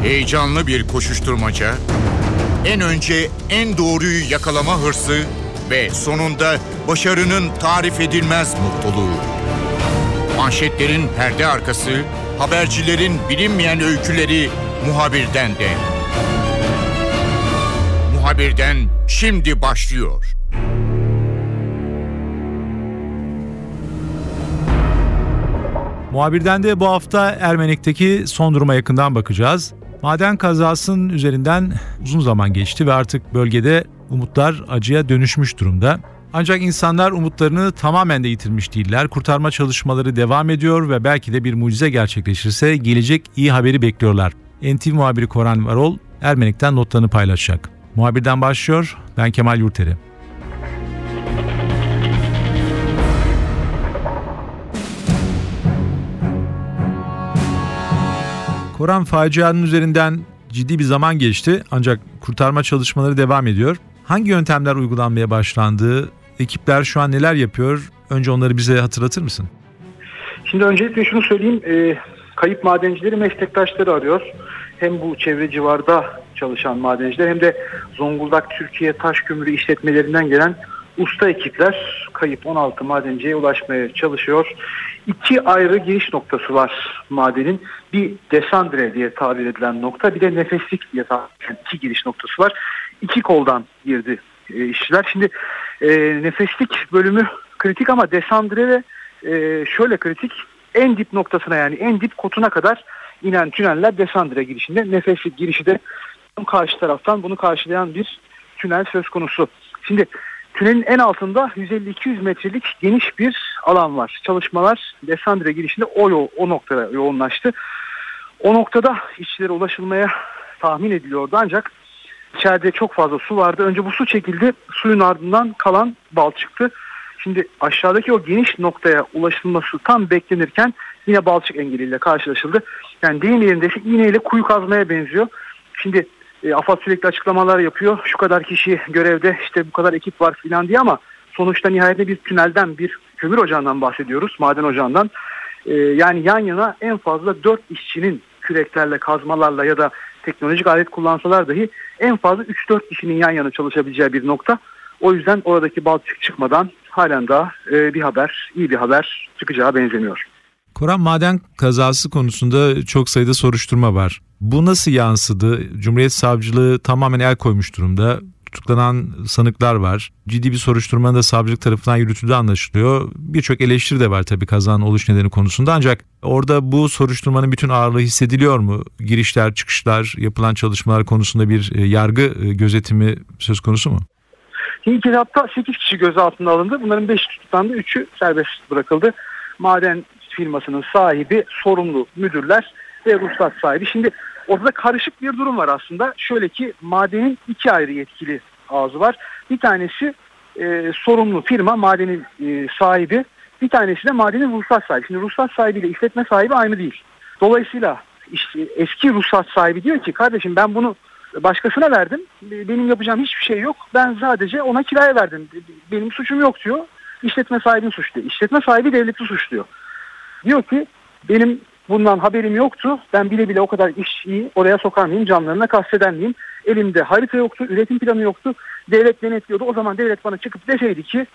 Heyecanlı bir koşuşturmaca, en önce en doğruyu yakalama hırsı ve sonunda başarının tarif edilmez mutluluğu. Manşetlerin perde arkası, habercilerin bilinmeyen öyküleri Muhabir'den de. Muhabir'den şimdi başlıyor. Muhabir'den de bu hafta Ermenek'teki son duruma yakından bakacağız. Maden kazasının üzerinden uzun zaman geçti ve artık bölgede umutlar acıya dönüşmüş durumda. Ancak insanlar umutlarını tamamen de yitirmiş değiller. Kurtarma çalışmaları devam ediyor ve belki de bir mucize gerçekleşirse gelecek iyi haberi bekliyorlar. NTV muhabiri Koran Varol Ermenek'ten notlarını paylaşacak. Muhabir'den başlıyor. Ben Kemal Yurteri. Koran, facianın üzerinden ciddi bir zaman geçti ancak kurtarma çalışmaları devam ediyor. Hangi yöntemler uygulanmaya başlandı? Ekipler şu an neler yapıyor? Önce onları bize hatırlatır mısın? Şimdi öncelikle şunu söyleyeyim. Kayıp madencileri meslektaşları arıyor. Hem bu çevre civarda çalışan madenciler hem de Zonguldak Türkiye Taş Kömürü işletmelerinden gelen usta ekipler kayıp 16 madenciye ulaşmaya çalışıyor. 2 ayrı giriş noktası var madenin. Bir desandre diye tabir edilen nokta, bir de nefeslik diye tabir edilen 2 giriş noktası var. 2 koldan girdi işçiler. Şimdi nefeslik bölümü kritik ama desandre de şöyle kritik. En dip noktasına, yani en dip kotuna kadar inen tüneller desandre girişinde. Nefeslik girişi de karşı taraftan bunu karşılayan bir tünel söz konusu. Şimdi tünelin en altında 150-200 metrelik geniş bir alan var. Çalışmalar desandre girişinde o noktada yoğunlaştı. O noktada işçilere ulaşılmaya tahmin ediliyordu ancak içeride çok fazla su vardı. Önce bu su çekildi. Suyun ardından kalan balçıktı. Şimdi aşağıdaki o geniş noktaya ulaşılması tam beklenirken yine balçık engeliyle karşılaşıldı. Yani deyim yerindeyse iğneyle kuyu kazmaya benziyor. Şimdi AFAD sürekli açıklamalar yapıyor. Şu kadar kişi görevde, işte bu kadar ekip var filan diye, ama sonuçta nihayetinde bir tünelden, bir kömür ocağından bahsediyoruz. Maden ocağından. Yani yan yana en fazla 4 işçinin küreklerle, kazmalarla ya da teknolojik alet kullansalar dahi en fazla 3-4 kişinin yan yana çalışabileceği bir nokta. O yüzden oradaki balçık çıkmadan halen daha iyi bir haber çıkacağı benzemiyor. Koran, maden kazası konusunda çok sayıda soruşturma var. Bu nasıl yansıdı? Cumhuriyet Savcılığı tamamen el koymuş durumda. Tutuklanan sanıklar var. Ciddi bir soruşturmanın da savcılık tarafından yürütüldüğü anlaşılıyor. Birçok eleştiri de var tabii kazanın oluş nedeni konusunda, ancak orada bu soruşturmanın bütün ağırlığı hissediliyor mu? Girişler, çıkışlar, yapılan çalışmalar konusunda bir yargı gözetimi söz konusu mu? İlk etapta 8 kişi gözaltına alındı. Bunların 5'i tutuklandı, 3'ü serbest bırakıldı. Maden firmasının sahibi, sorumlu müdürler ve ruhsat sahibi. Şimdi orada karışık bir durum var aslında. Şöyle ki, madenin 2 ayrı yetkili ağzı var. Bir tanesi sorumlu firma, madenin sahibi. Bir tanesi de madenin ruhsat sahibi. Şimdi ruhsat sahibi ile işletme sahibi aynı değil. Dolayısıyla eski ruhsat sahibi diyor ki, kardeşim ben bunu başkasına verdim. Benim yapacağım hiçbir şey yok. Ben sadece ona kiraya verdim. Benim suçum yok diyor. İşletme sahibini suçluyor. İşletme sahibi devleti suçluyor. Diyor ki benim bundan haberim yoktu. Ben bile bile o kadar işçiyi oraya sokar mıyım, canlarına kasteder miyim? Elimde harita yoktu, üretim planı yoktu. Devlet denetliyordu. O zaman devlet bana çıkıp deseydi ki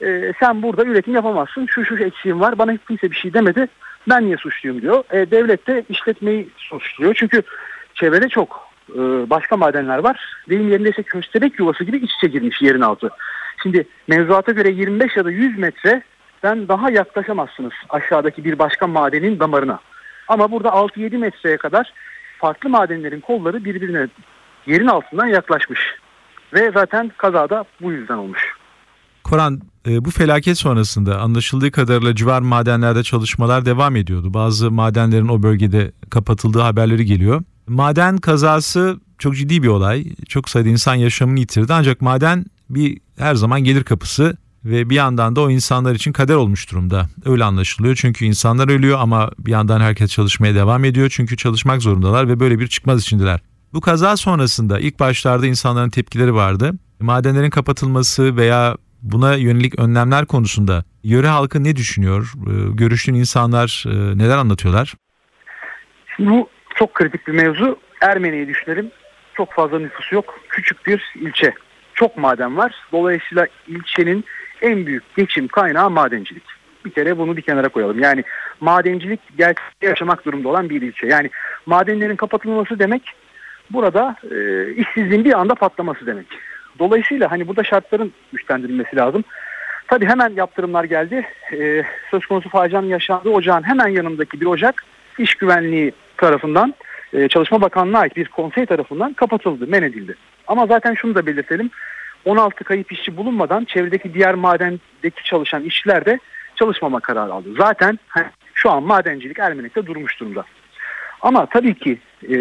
sen burada üretim yapamazsın. Şu eksiğim var. Bana hiç kimse bir şey demedi. Ben niye suçluyum diyor. Devlet de işletmeyi suçluyor. Çünkü çevrede çok başka madenler var. Deyim yerindeyse köstebek yuvası gibi iç içe girmiş yerin altı. Şimdi mevzuata göre 25 ya da 100 metreden daha yaklaşamazsınız aşağıdaki bir başka madenin damarına. Ama burada 6-7 metreye kadar farklı madenlerin kolları birbirine yerin altından yaklaşmış. Ve zaten kazada bu yüzden olmuş. Koran, bu felaket sonrasında anlaşıldığı kadarıyla civar madenlerde çalışmalar devam ediyordu. Bazı madenlerin o bölgede kapatıldığı haberleri geliyor. Maden kazası çok ciddi bir olay. Çok sayıda insan yaşamını yitirdi. Ancak maden her zaman gelir kapısı ve bir yandan da o insanlar için kader olmuş durumda. Öyle anlaşılıyor. Çünkü insanlar ölüyor ama bir yandan herkes çalışmaya devam ediyor. Çünkü çalışmak zorundalar ve böyle bir çıkmaz içindeler. Bu kaza sonrasında ilk başlarda insanların tepkileri vardı. Madenlerin kapatılması veya buna yönelik önlemler konusunda yöre halkı ne düşünüyor? Görüştüğün insanlar neler anlatıyorlar? Bu çok kritik bir mevzu. Ermeni'yi düşünelim. Çok fazla nüfusu yok. Küçük bir ilçe. Çok maden var. Dolayısıyla ilçenin en büyük geçim kaynağı madencilik. Bir kere bunu bir kenara koyalım. Yani madencilik gerçekten yaşamak durumunda olan bir ilçe. Yani madenlerin kapatılması demek burada işsizliğin bir anda patlaması demek. Dolayısıyla hani burada şartların güçlendirilmesi lazım. Tabii hemen yaptırımlar geldi. Söz konusu facianın yaşandığı ocağın hemen yanındaki bir ocak İş Güvenliği tarafından Çalışma Bakanlığı'na ait bir konsey tarafından kapatıldı, men edildi. Ama zaten şunu da belirtelim. 16 kayıp işçi bulunmadan çevredeki diğer madendeki çalışan işçiler de çalışmama kararı aldı. Zaten şu an madencilik Ermenek'te durmuş durumda. Ama tabii ki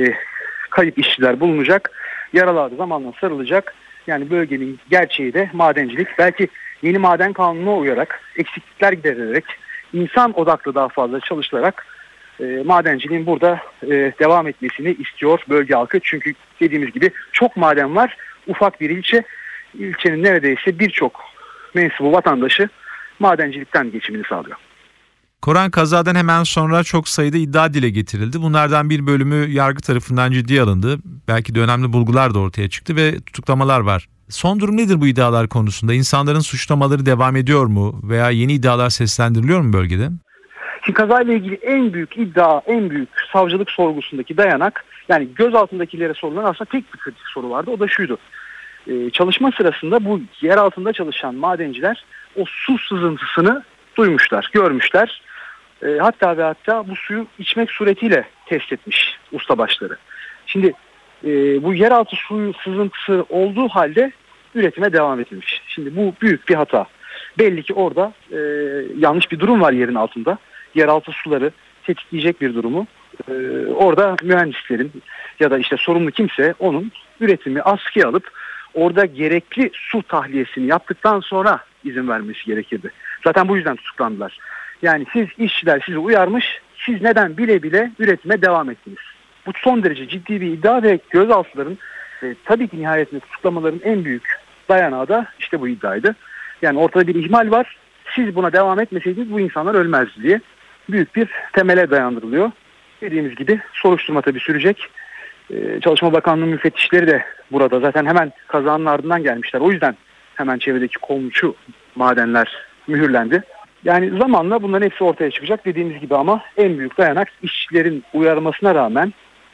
kayıp işçiler bulunacak, yaralar zamanla sarılacak. Yani bölgenin gerçeği de madencilik. Belki yeni maden kanununa uyarak, eksiklikler giderilerek, insan odaklı daha fazla çalışılarak madenciliğin burada devam etmesini istiyor bölge halkı. Çünkü dediğimiz gibi çok maden var. Ufak bir ilçe. İlçenin neredeyse birçok mensubu vatandaşı madencilikten geçimini sağlıyor. Koran, kazadan hemen sonra çok sayıda iddia dile getirildi. Bunlardan bir bölümü yargı tarafından ciddiye alındı. Belki de önemli bulgular da ortaya çıktı ve tutuklamalar var. Son durum nedir bu iddialar konusunda? İnsanların suçlamaları devam ediyor mu? Veya yeni iddialar seslendiriliyor mu bölgede? Şimdi kazayla ilgili en büyük iddia, en büyük savcılık sorgusundaki dayanak, yani gözaltındakilere sorulan aslında tek bir kritik soru vardı. O da şuydu. Çalışma sırasında bu yer altında çalışan madenciler o su sızıntısını duymuşlar, görmüşler. Hatta ve hatta bu suyu içmek suretiyle test etmiş ustabaşları. Şimdi bu yeraltı suyu sızıntısı olduğu halde üretime devam edilmiş. Şimdi bu büyük bir hata. Belli ki orada yanlış bir durum var yerin altında. Yeraltı suları tetikleyecek bir durumu. Orada mühendislerin ya da işte sorumlu kimse onun üretimi askıya alıp orada gerekli su tahliyesini yaptıktan sonra izin vermesi gerekirdi. Zaten bu yüzden tutuklandılar. Yani siz işçiler sizi uyarmış, siz neden bile bile üretime devam ettiniz? Bu son derece ciddi bir iddia ve gözaltıların tabii ki nihayetinde tutuklamaların en büyük dayanağı da işte bu iddiaydı. Yani ortada bir ihmal var. Siz buna devam etmeseydiniz bu insanlar ölmezdi diye büyük bir temele dayandırılıyor. Dediğimiz gibi soruşturma tabii sürecek. Çalışma Bakanlığı müfettişleri de burada zaten hemen kazanın ardından gelmişler. O yüzden hemen çevredeki komşu madenler mühürlendi. Yani zamanla bunların hepsi ortaya çıkacak dediğimiz gibi ama en büyük dayanak işçilerin uyarmasına rağmen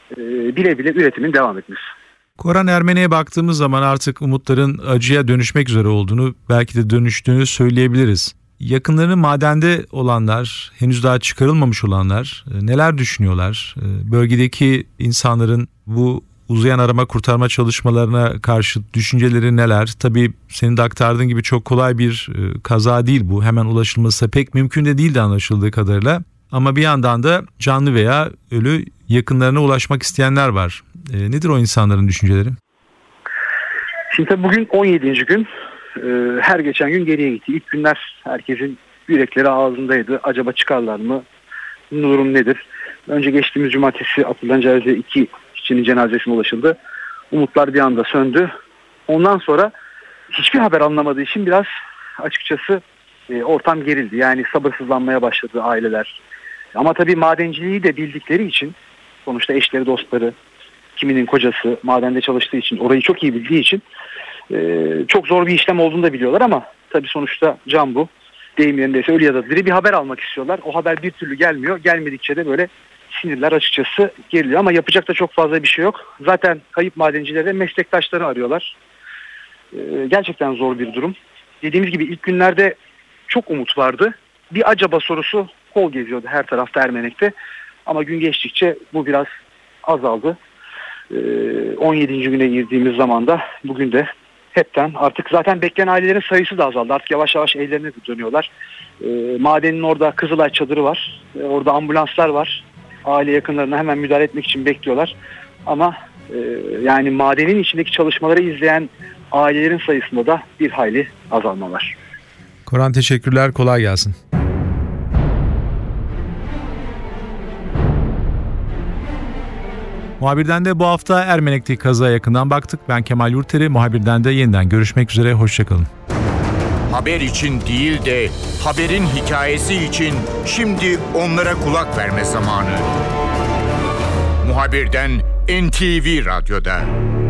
bile bile üretimin devam etmesi. Koran, Ermeni'ye baktığımız zaman artık umutların acıya dönüşmek üzere olduğunu, belki de dönüştüğünü söyleyebiliriz. Yakınlarının madende olanlar, henüz daha çıkarılmamış olanlar neler düşünüyorlar? Bölgedeki insanların bu uzayan arama kurtarma çalışmalarına karşı düşünceleri neler? Tabii senin de aktardığın gibi çok kolay bir kaza değil bu. Hemen ulaşılması pek mümkün de değildi anlaşıldığı kadarıyla. Ama bir yandan da canlı veya ölü yakınlarına ulaşmak isteyenler var. Nedir o insanların düşünceleri? Şimdi tabii bugün 17. gün. Her geçen gün geriye gitti. İlk günler herkesin yürekleri ağzındaydı. Acaba çıkarlar mı? Durum nedir? Önce geçtiğimiz cumartesi atılan cenazeye 2 işçinin cenazesine ulaşıldı. Umutlar bir anda söndü. Ondan sonra hiçbir haber alınamadığı için biraz açıkçası ortam gerildi. Yani sabırsızlanmaya başladı aileler. Ama tabii madenciliği de bildikleri için, sonuçta eşleri, dostları, kiminin kocası madende çalıştığı için, orayı çok iyi bildiği için çok zor bir işlem olduğunu da biliyorlar ama tabii sonuçta can bu. Deyim yerindeyse ölü ya da diri bir haber almak istiyorlar. O haber bir türlü gelmiyor. Gelmedikçe de böyle sinirler açıkçası geriliyor ama yapacak da çok fazla bir şey yok. Zaten kayıp madencileri de meslektaşları arıyorlar. Gerçekten zor bir durum. Dediğimiz gibi ilk günlerde çok umut vardı. Bir acaba sorusu kol geziyordu her tarafta Ermenek'te. Ama gün geçtikçe bu biraz azaldı. 17. güne girdiğimiz zaman da bugün de hepten artık zaten bekleyen ailelerin sayısı da azaldı. Artık yavaş yavaş evlerine dönüyorlar. Madenin orada Kızılay çadırı var. Orada ambulanslar var. Aile yakınlarına hemen müdahale etmek için bekliyorlar. Ama yani madenin içindeki çalışmaları izleyen ailelerin sayısında da bir hayli azalma var. Koran, teşekkürler. Kolay gelsin. Muhabirden de bu hafta Ermenek'teki kazaya yakından baktık. Ben Kemal Yurteri. Muhabirden de yeniden görüşmek üzere. Hoşçakalın. Haber için değil de haberin hikayesi için şimdi onlara kulak verme zamanı. Muhabirden NTV Radyo'da.